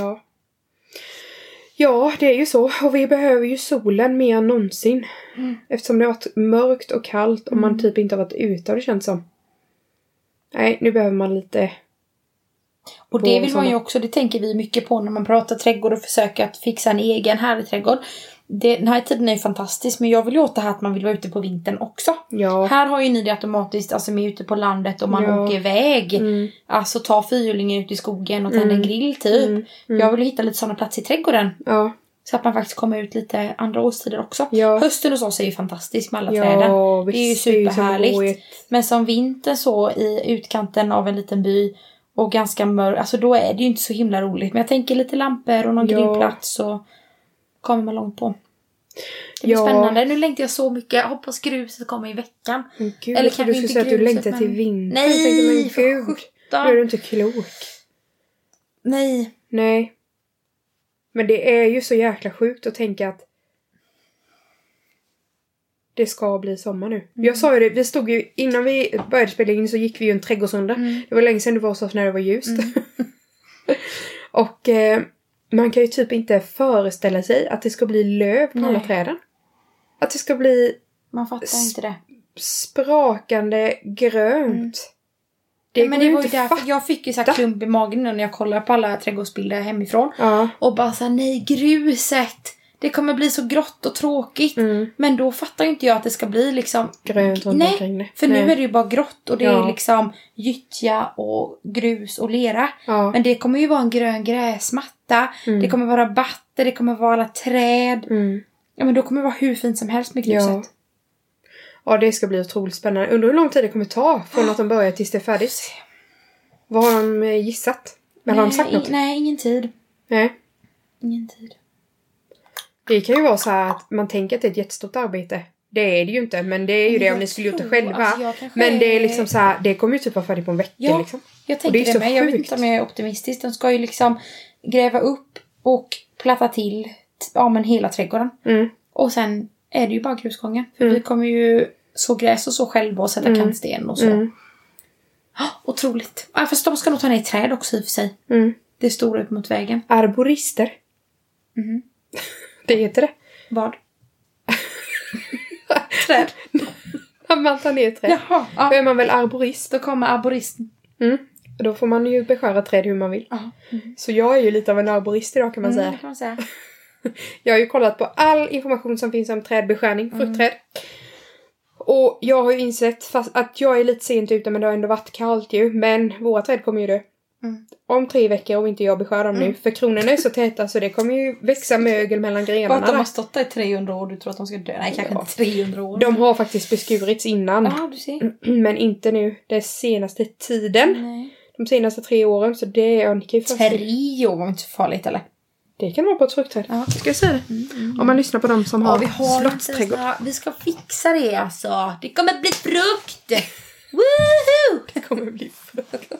S1: Ja, det är ju så. Och vi behöver ju solen mer än någonsin. Eftersom det har varit mörkt och kallt och man typ inte har varit ute, det känns som. Nej, nu behöver man lite...
S2: Och det vill man ju också, det tänker vi mycket på när man pratar trädgård och försöker att fixa en egen härlig trädgård. Den här tiden är ju fantastisk, men jag vill ju åt det här att man vill vara ute på vintern också. Här har ju ni det automatiskt, alltså med ute på landet och man åker iväg. Alltså ta fyrhjulingen ut i skogen och tända en grill typ. Jag vill hitta lite sådana platser i trädgården. Så att man faktiskt kommer ut lite andra årstider också. Hösten hos oss är ju fantastisk med alla träden. Det är ju superhärligt. Men som vinter så i utkanten av en liten by och ganska mörk, alltså då är det ju inte så himla roligt. Men jag tänker lite lampor och någon grillplats så kommer man långt på. Det blir spännande. Nu längtar jag så mycket. Jag hoppas gruset kommer i veckan.
S1: Gud, eller kanske inte gruset, att du längtar till vinter.
S2: Nej,
S1: för gud. Då är du inte klok. Nej. Men det är ju så jäkla sjukt att tänka att det ska bli sommar nu. Jag sa ju det, vi stod ju, innan vi började spela in så gick vi ju en trädgårdsrunda. Det var länge sedan det var så när det var ljust. Och man kan ju typ inte föreställa sig att det ska bli löv på alla träden. Att det ska bli...
S2: Man fattar inte det.
S1: Sprakande grönt. Det
S2: men det var ju därför jag fick ju så här klump i magen när jag kollade på alla trädgårdsbilder hemifrån. Och bara så här, nej, gruset. Det kommer bli så grått och tråkigt. Men då fattar ju inte jag att det ska bli liksom...
S1: grönt runt omkring det.
S2: För nu är det ju bara grått och det är liksom gyttja och grus och lera. Men det kommer ju vara en grön gräsmatta. Det kommer vara batter, det kommer vara alla träd. Ja, men då kommer det vara hur fint som helst med gruset.
S1: Ja, det ska bli otroligt spännande. Undrar hur lång tid det kommer ta från att de börjar tills det är färdigt. Vad har de gissat? Men har de sagt något?
S2: Nej, ingen tid.
S1: Nej.
S2: Ingen tid.
S1: Det kan ju vara så här att man tänker att det är ett jättestort arbete. Det är det ju inte, men det är ju det om ni skulle gjort det själva. Alltså men det är liksom så här, det kommer ju typ vara färdigt på en vecka liksom.
S2: Jag tänker det med. Jag vet inte om jag är optimistisk. De ska ju liksom gräva upp och platta till men hela trädgården. Och sen är det ju bara grusgången. För vi kommer ju så gräs och så själva och sätta kantsten och så. Otroligt. Fast de ska nog ta ner träd också i och för sig. Det är stora upp mot vägen.
S1: Arborister. Det heter det.
S2: Vad? Träd.
S1: Man tar ner träd.
S2: Jaha.
S1: Då är man väl arborist.
S2: Då kommer arboristen.
S1: Då får man ju beskära träd hur man vill. Så jag är ju lite av en arborist idag kan man säga.
S2: Det kan man säga.
S1: Jag har ju kollat på all information som finns om trädbeskärning, fruktträd. Och jag har ju insett fast att jag är lite sent ute, men det har ändå varit kallt ju. Men våra träd kommer ju dö. Om 3 veckor om inte jag beskär dem nu. För kronorna är så täta så det kommer ju växa mögel mellan grenarna.
S2: Bara att de har stått där i 300 år, du tror att de ska dö? Nej, kanske inte 300 år.
S1: De har faktiskt beskurits innan.
S2: Ja, du ser.
S1: Men inte nu. Det senaste tiden.
S2: Nej.
S1: De senaste 3 åren. Så det är...
S2: 3 år var inte så farligt, eller?
S1: Det kan vara på ett fruktträd.
S2: Ja.
S1: Ska jag säga det? Om man lyssnar på dem som har slottsträdgård.
S2: Vi ska fixa det alltså. Det kommer bli frukt. Woohoo!
S1: Det kommer bli frukt.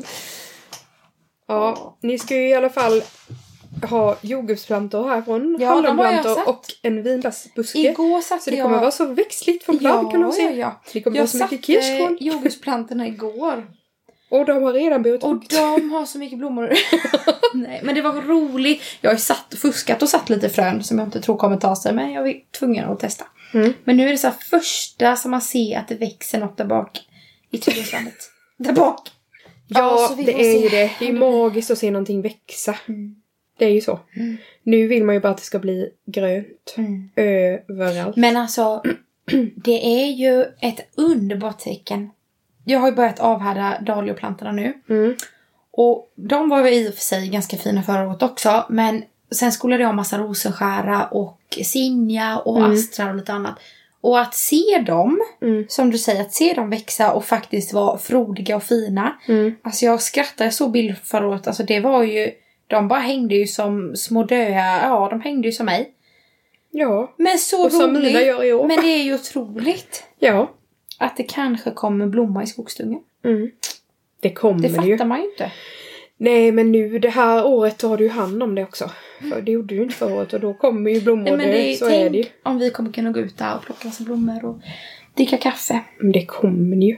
S1: Ja, ni ska ju i alla fall ha jordgubbsplantor här från hallonplantor och en vinbärsbuske.
S2: Igår satte
S1: så det kommer vara så växtligt från blad kan man se.
S2: Ja.
S1: Det kommer vara så mycket kirskål.
S2: Jag satte jordgubbsplantorna igår.
S1: Och de har redan burit.
S2: Och de har så mycket blommor. Nej, men det var roligt. Jag har fuskat och satt lite frön som jag inte tror kommer ta sig. Men jag var tvungen att testa. Men nu är det så här första som man ser att det växer något där bak i trädgårdslandet. Där bak.
S1: Ja, det är ju det. Det är magiskt att se någonting växa. Det är ju så. Nu vill man ju bara att det ska bli grönt överallt.
S2: Men alltså, det är ju ett underbart tecken. Jag har ju börjat avhärda dahlioplantorna nu. Och de var ju i och för sig ganska fina förra året också. Men sen skulle jag ha massa rosenskära och sinja och astrar och lite annat. Och att se dem, som du säger, att se dem växa och faktiskt vara frodiga och fina. Alltså jag skrattade så bild förra året. Alltså det var ju, de bara hängde ju som små döda, ja de hängde ju som mig.
S1: Ja.
S2: Men så
S1: och som mina gör i år.
S2: Men det är ju otroligt.
S1: Ja.
S2: Att det kanske kommer blomma i skogsdungen.
S1: Det kommer
S2: det
S1: ju.
S2: fattar man ju inte.
S1: Nej, men nu det här året tar du ju hand om det också. För det gjorde du inte förra året och då kommer ju blommor.
S2: Nej, men
S1: så är det ju.
S2: Om vi kommer kunna gå ut där och plocka massa blommor och dricka kaffe.
S1: Men det kommer ju.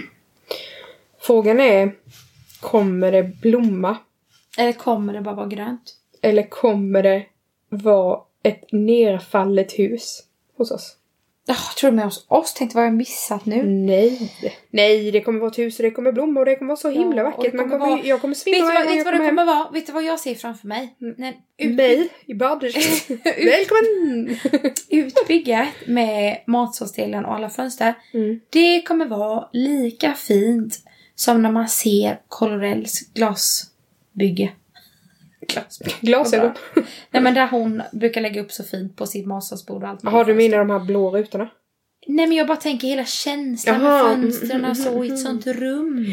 S1: Frågan är, kommer det blomma?
S2: Eller kommer det bara vara grönt?
S1: Eller kommer det vara ett nerfallet hus hos oss?
S2: Tror du med oss? Tänkte vad jag missat nu?
S1: Nej, det kommer vara ett hus och det kommer blomma och det kommer vara så himla vackert. Jag kommer svimma.
S2: Vet du vad det kommer vara? Vet du vad jag ser framför mig?
S1: Mig i Barbers. Välkommen!
S2: Utbygget med matsalsdelen och alla fönster. Det kommer vara lika fint som när man ser Colorells glasbygge.
S1: Glasögon.
S2: Nej, men där hon brukar lägga upp så fint på sitt matsalsbord och allt.
S1: Har du mina de här blå rutorna?
S2: Nej, men jag bara tänker hela känslan med fönstren så i ett sånt rum.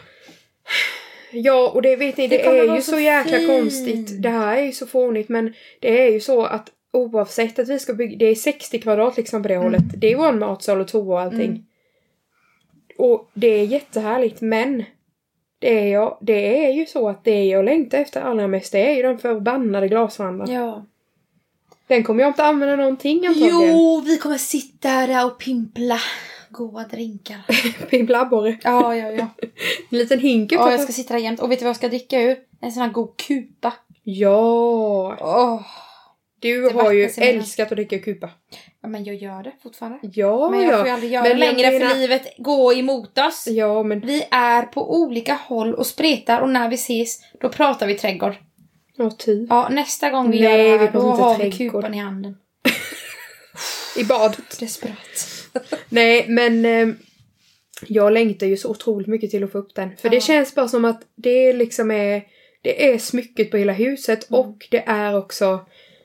S1: Ja, och det vet ni, det är ju så jäkla fint. Konstigt. Det här är ju så fånigt, men det är ju så att oavsett att vi ska bygga, det är 60 kvadrat liksom på det hållet. Det är vår matsal och toa och allting. Och det är jättehärligt, men det är ju så att det jag längtar efter allra mest, det är ju den förbannade glasvandan.
S2: Ja.
S1: Den kommer jag inte använda någonting antagligen.
S2: Jo, vi kommer sitta där och pimpla goda drinkar.
S1: Pimpla abborre.
S2: Ja.
S1: En liten hink.
S2: Ja, jag ska sitta där jämt. Och vet du vad jag ska dricka ur? En sån här god kupa.
S1: Ja. Du har ju älskat att dricka kupa.
S2: Ja, men jag gör det fortfarande.
S1: Ja,
S2: men jag får ju aldrig göra det längre för livet går emot oss.
S1: Ja, men
S2: vi är på olika håll och spretar och när vi ses, då pratar vi trädgård.
S1: Ja,
S2: nästa gång vi gör det här, då har vi kupan i handen.
S1: I badet.
S2: Desperat.
S1: Nej, men jag längtar ju så otroligt mycket till att få upp den. För det känns bara som att det liksom det är smycket på hela huset och det är också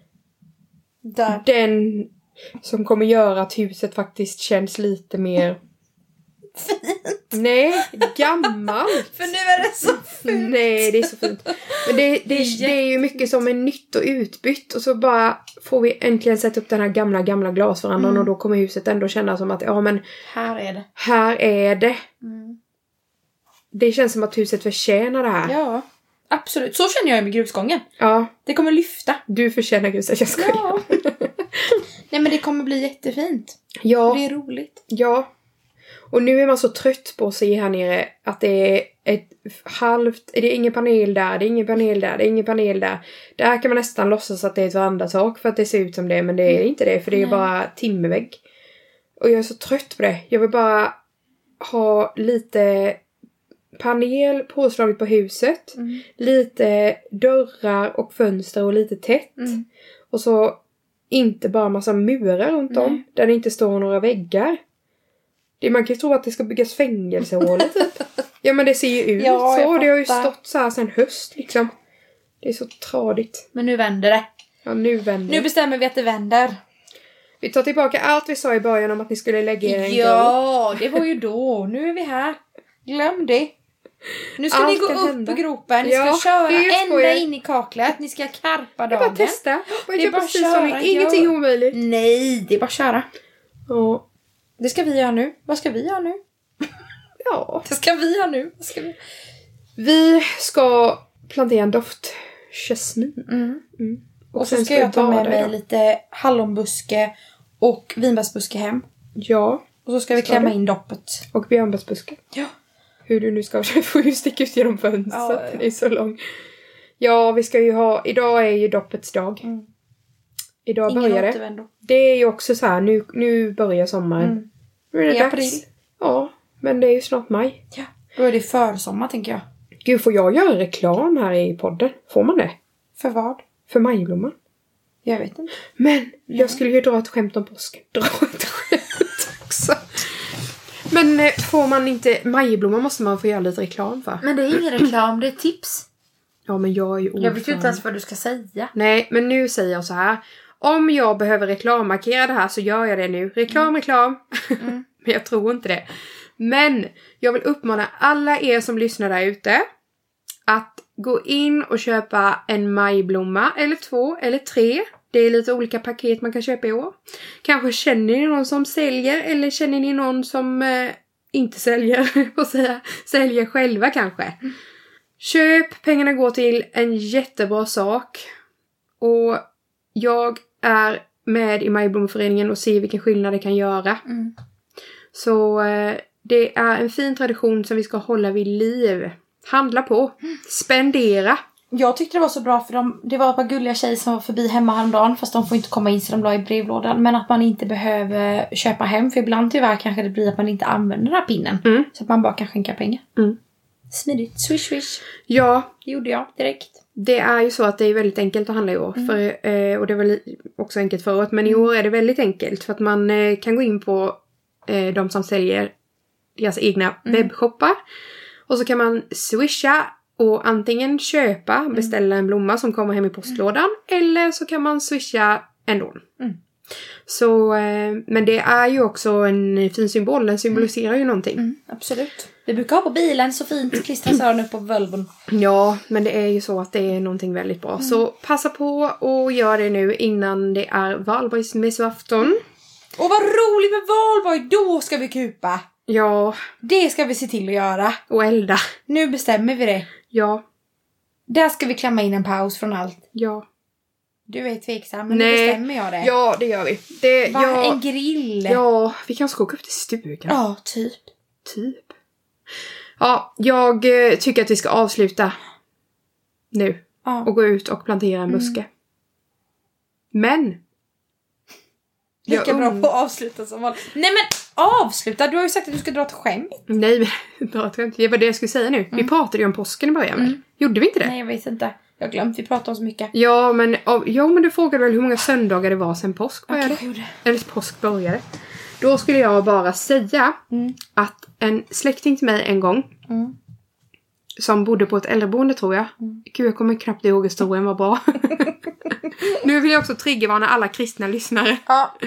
S1: den som kommer göra att huset faktiskt känns lite mer
S2: fint.
S1: Nej, gammalt.
S2: För nu är det så fint.
S1: Nej, det är så fint. Men det är ju mycket som är nytt och utbytt. Och så bara får vi äntligen sätta upp den här gamla glasverandan. Och då kommer huset ändå känna som att ja, men här är det. Det känns som att huset förtjänar det här.
S2: Ja, absolut. Så känner jag med grusgången.
S1: Ja.
S2: Det kommer lyfta.
S1: Du förtjänar gruset, jag skojar.
S2: Ja. Nej, men det kommer bli jättefint.
S1: Ja.
S2: Och det är roligt.
S1: Ja. Och nu är man så trött på att se här nere att det är ett halvt... Det är ingen panel där, det är ingen panel där, det är ingen panel där. Där kan man nästan låtsas att det är ett verandatak för att det ser ut som det. Men det är inte det, för det är bara timmervägg. Och jag är så trött på det. Jag vill bara ha lite panel påslaget på huset. Lite dörrar och fönster och lite tätt. Och så inte bara massa murar runt om. Där det inte står några väggar. Man kan ju tro att det ska byggas fängelsehål typ. Ja, men det ser ju ut
S2: Ja,
S1: så. Det har ju stått så här sedan höst liksom. Det är så tradigt.
S2: Men nu vänder det.
S1: Ja, nu vänder det.
S2: Nu bestämmer vi att det vänder.
S1: Vi tar tillbaka allt vi sa i början om att ni skulle lägga er en grop.
S2: Ja, det var ju då. Nu är vi här. Glöm det. Nu ska
S1: Allt
S2: ni gå
S1: kan
S2: upp
S1: hända.
S2: på gropen. Ni
S1: Ja,
S2: ska köra
S1: det är
S2: ända
S1: skoj.
S2: in i kaklet. Ni ska karpa
S1: Det är bara
S2: dagen.
S1: att testa.
S2: Det är bara
S1: precis
S2: köra,
S1: som det. Ingenting
S2: ja.
S1: omöjligt.
S2: Nej, det är bara att köra.
S1: Ja.
S2: Det ska vi göra nu. Vad ska vi göra nu?
S1: Ja.
S2: Det ska vi göra nu. Vad ska vi?
S1: Vi ska plantera en doft. Jasmin.
S2: Mm. Och så
S1: sen
S2: ska jag ta med
S1: bada
S2: mig
S1: idag.
S2: lite hallonbuske och vinbärsbuske hem.
S1: Ja.
S2: Och så ska vi klämma in doppet.
S1: Och björnbärsbuske.
S2: Ja.
S1: Hur du nu ska få ju sticka ut genom fönstret.
S2: Ja.
S1: Det är så lång. Ja, vi ska ju ha... Idag är ju doppets dag.
S2: Mm.
S1: Idag
S2: Ingen
S1: börjar det.
S2: återvändo.
S1: Det är ju också så här, nu börjar sommaren.
S2: Mm.
S1: Nu är det
S2: I
S1: dags.
S2: april.
S1: Ja, men det är ju snart maj.
S2: Ja. Då är det försommar, tänker jag.
S1: Gud, får jag göra reklam här i podden? Får man det?
S2: För vad?
S1: För majblomman?
S2: Jag vet inte.
S1: Men jag skulle ju dra ett skämt om påsken. Dra ett skämt också. Men får man inte... Majblomman måste man få göra lite reklam för.
S2: Men det är ingen reklam, det är tips.
S1: Ja, men jag är ju
S2: Jag vet ju inte ens vad du ska säga.
S1: Nej, men nu säger jag så här. Om jag behöver reklammarkera det här så gör jag det nu. Reklam. Men jag tror inte det. Men jag vill uppmana alla er som lyssnar där ute att gå in och köpa en majblomma eller 2 eller 3. Det är lite olika paket man kan köpa i år. Kanske känner ni någon som säljer eller känner ni någon som inte säljer och säljer själva kanske. Köp, pengarna går till en jättebra sak. Och jag är med i Majblommeföreningen och ser vilken skillnad det kan göra. Så det är en fin tradition som vi ska hålla vid liv. Handla på. Spendera.
S2: Jag tyckte det var så bra för det var ett par gulliga tjejer som var förbi hemma häromdagen. Fast de får inte komma in så de la i brevlådan. Men att man inte behöver köpa hem. För ibland tyvärr kanske det blir att man inte använder den här pinnen. Så att man bara kan skänka pengar. Smidigt. Swish swish.
S1: Ja.
S2: Det gjorde jag direkt.
S1: Det är ju så att det är väldigt enkelt att handla i år. Och det var också enkelt förut. Men i år är det väldigt enkelt. För att man kan gå in på de som säljer deras egna webbshoppar. Och så kan man swisha och antingen köpa, beställa en blomma som kommer hem i postlådan. Eller så kan man swisha ändå. Så, men det är ju också en fin symbol. Den symboliserar ju någonting.
S2: Absolut. Vi brukar ha på bilen så fint. Klistras här nu på Volvon.
S1: Ja, men det är ju så att det är någonting väldigt bra. Så passa på och gör det nu innan det är valborgsmässoafton.
S2: Och vad roligt med valborg. Då ska vi kupa.
S1: Ja.
S2: Det ska vi se till att göra.
S1: Och elda.
S2: Nu bestämmer vi det.
S1: Ja.
S2: Där ska vi klämma in en paus från allt.
S1: Ja.
S2: Du är tveksam, men nu bestämmer jag det.
S1: Ja, det gör vi.
S2: En grill.
S1: Ja, vi kan ska åka upp till stugan.
S2: Ja, typ.
S1: Ja, jag tycker att vi ska avsluta nu.
S2: Ja.
S1: Och gå ut och plantera en buske. Men.
S2: Lika bra på att avsluta som vanligt. Nej men avsluta, du har ju sagt att du ska dra ett skämt.
S1: Nej, men dra ett skämt. Det var det jag skulle säga nu. Vi pratade ju om påsken i början. Gjorde vi inte det?
S2: Nej, jag vet inte. Jag har glömt, vi pratade om så mycket.
S1: Ja, men du frågade väl hur många söndagar det var sedan påsk började.
S2: Okay.
S1: Eller påsk började. Då skulle jag bara säga att en släkting till mig en gång som bodde på ett äldreboende tror jag. Gud, jag kommer knappt ihåg historien var bra. Nu vill jag också triggervarna alla kristna lyssnare.
S2: Ja,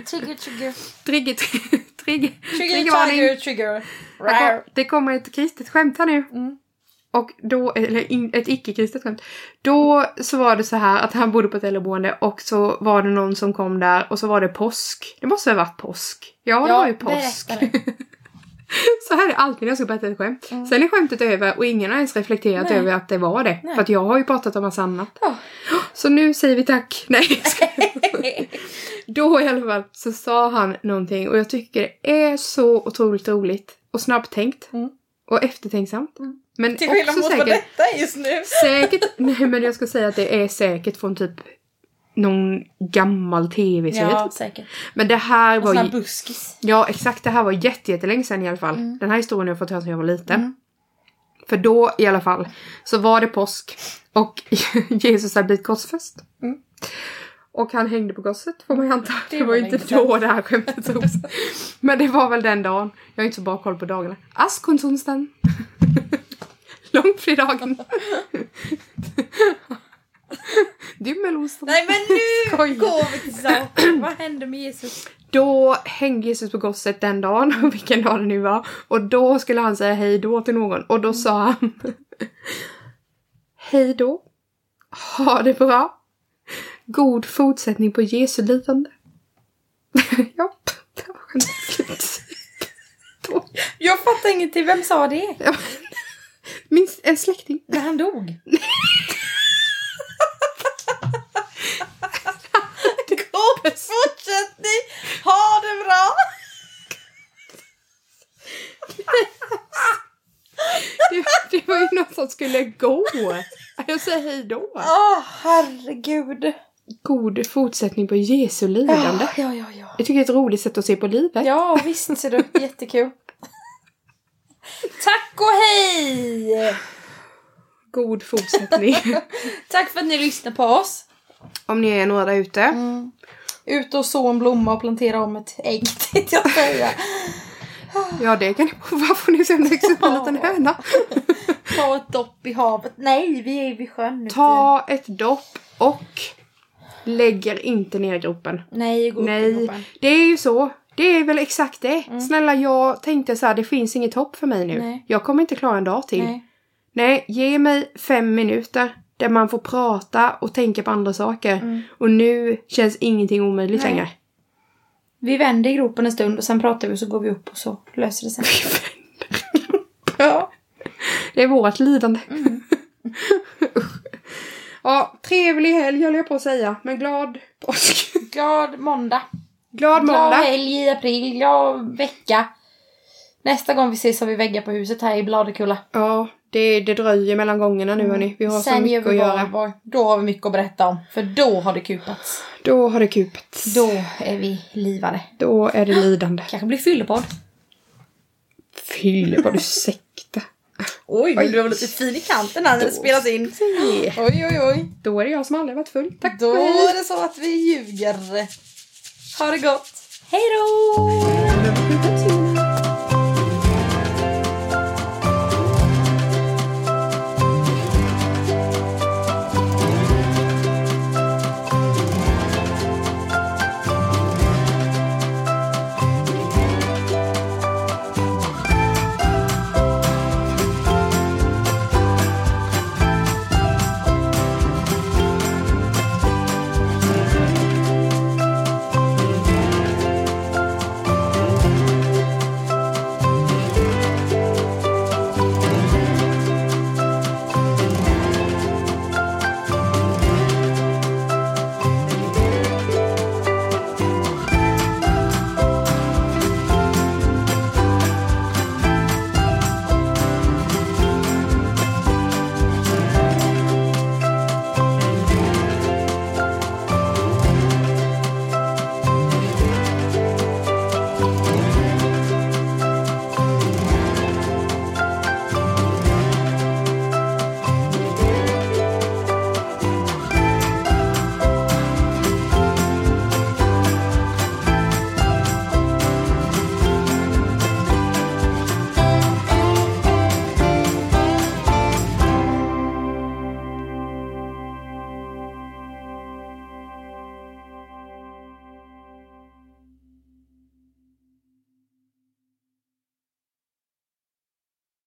S2: trigger.
S1: Det kommer ett kristet skämt här nu. Och då, eller ett icke-kristet skämt. Då så var det så här att han bodde på ett äldreboende och så var det någon som kom där och så var det påsk. Det måste ha varit påsk. Ja, det var ju påsk. Så här är det alltid när jag ska berätta ett skämt. Sen är skämtet över och ingen har ens reflekterat över att det var det. För att jag har ju pratat om massa annat. Så nu säger vi tack. Nej. Då i alla fall så sa han någonting och jag tycker det är så otroligt roligt och snabbtänkt. Och eftertänksamt. Men
S2: till skillnad
S1: också
S2: mot vad detta är just nu.
S1: Säkert, nej men jag ska säga att det är säkert från typ någon gammal tv-serie.
S2: Ja, säkert.
S1: Men det här var ju...
S2: buskis.
S1: Ja, exakt. Det här var jättelänge sedan i alla fall. Den här historien har jag fått höra sedan jag var liten. För då i alla fall så var det påsk. Och Jesus hade blivit korsfäst. Och han hängde på gosset, får man ju anta. Det var ju inte då det här skämtet togs. Men det var väl den dagen. Jag har inte så bra koll på dagarna. Askonsonsdagen. Långfredagen. Dymmelostan.
S2: Nej men nu går vi till saken. Vad hände med Jesus?
S1: Då hängde Jesus på gosset den dagen. Vilken dag det nu var. Och då skulle han säga hej då till någon. Och då sa han. Hej då. Ha det bra. God fortsättning på Jesu lidande. Japp.
S2: Jag fattar ingenting. Vem sa det?
S1: Minst en släkting.
S2: När han dog. God fortsättning. Ha det bra.
S1: Det var ju något som skulle gå. Jag säger hej då.
S2: Herregud.
S1: God fortsättning på Jesu lidande.
S2: Ja.
S1: Jag tycker det är ett roligt sätt att se på livet.
S2: Ja, visst ser du. Jättekul. Tack och hej!
S1: God fortsättning.
S2: Tack för att ni lyssnar på oss.
S1: Om ni är några där ute.
S2: Ut och så en blomma och plantera om ett ägg, tänkte jag säga.
S1: Ja, det kan ni. Varför ni ser en liten höna?
S2: Ta ett dopp i havet. Nej, vi är vid sjön nu.
S1: Ta ett dopp och lägger inte ner gropen.
S2: Nej, gå upp i gropen.
S1: Det är ju så. Det är väl exakt det. Snälla, jag tänkte så här, det finns inget hopp för mig nu.
S2: Nej.
S1: Jag kommer inte klara en dag till. Nej, ge mig 5 minuter där man får prata och tänka på andra saker. Och nu känns ingenting omöjligt längre.
S2: Vi vänder i gropen en stund och sen pratar vi och så går vi upp och så löser det sig.
S1: Ja. Det är vårt lidande. Ja, trevlig helg höll jag på att säga. Men glad påsk.
S2: Glad måndag.
S1: Glad
S2: helg i april. Glad vecka. Nästa gång vi ses har vi väggar på huset här i Bladekulla.
S1: Ja, det dröjer mellan gångerna nu hörni. Vi har sen så mycket att göra.
S2: Då har vi mycket att berätta om. För då har det kupats.
S1: Då är
S2: vi livade.
S1: Då är det lidande.
S2: Kanske blir fyllepodd.
S1: Fyllepodd, ursäkta.
S2: Oj, du var lite fin i kanten här när det spelas in. Oj.
S1: Då är det jag som aldrig varit full. Tack.
S2: Då är det så att vi ljuger. Ha det gott. Hej då!